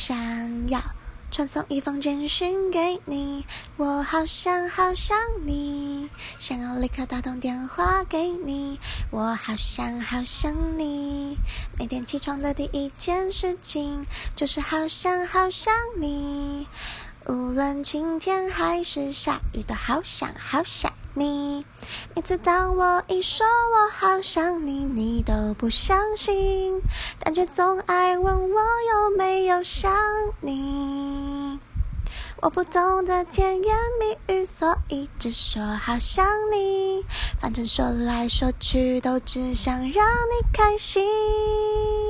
想要传送一封简讯给你，我好想好想你，想要立刻打通电话给你，我好想好想你，每天起床的第一件事情就是好想好想你，无论晴天还是下雨都好想好想你，每次当我一说我好想你，你都不相信，但却总爱问我有没有想你，我不懂得甜言蜜语，所以只说好想你，反正说来说去都只想让你开心。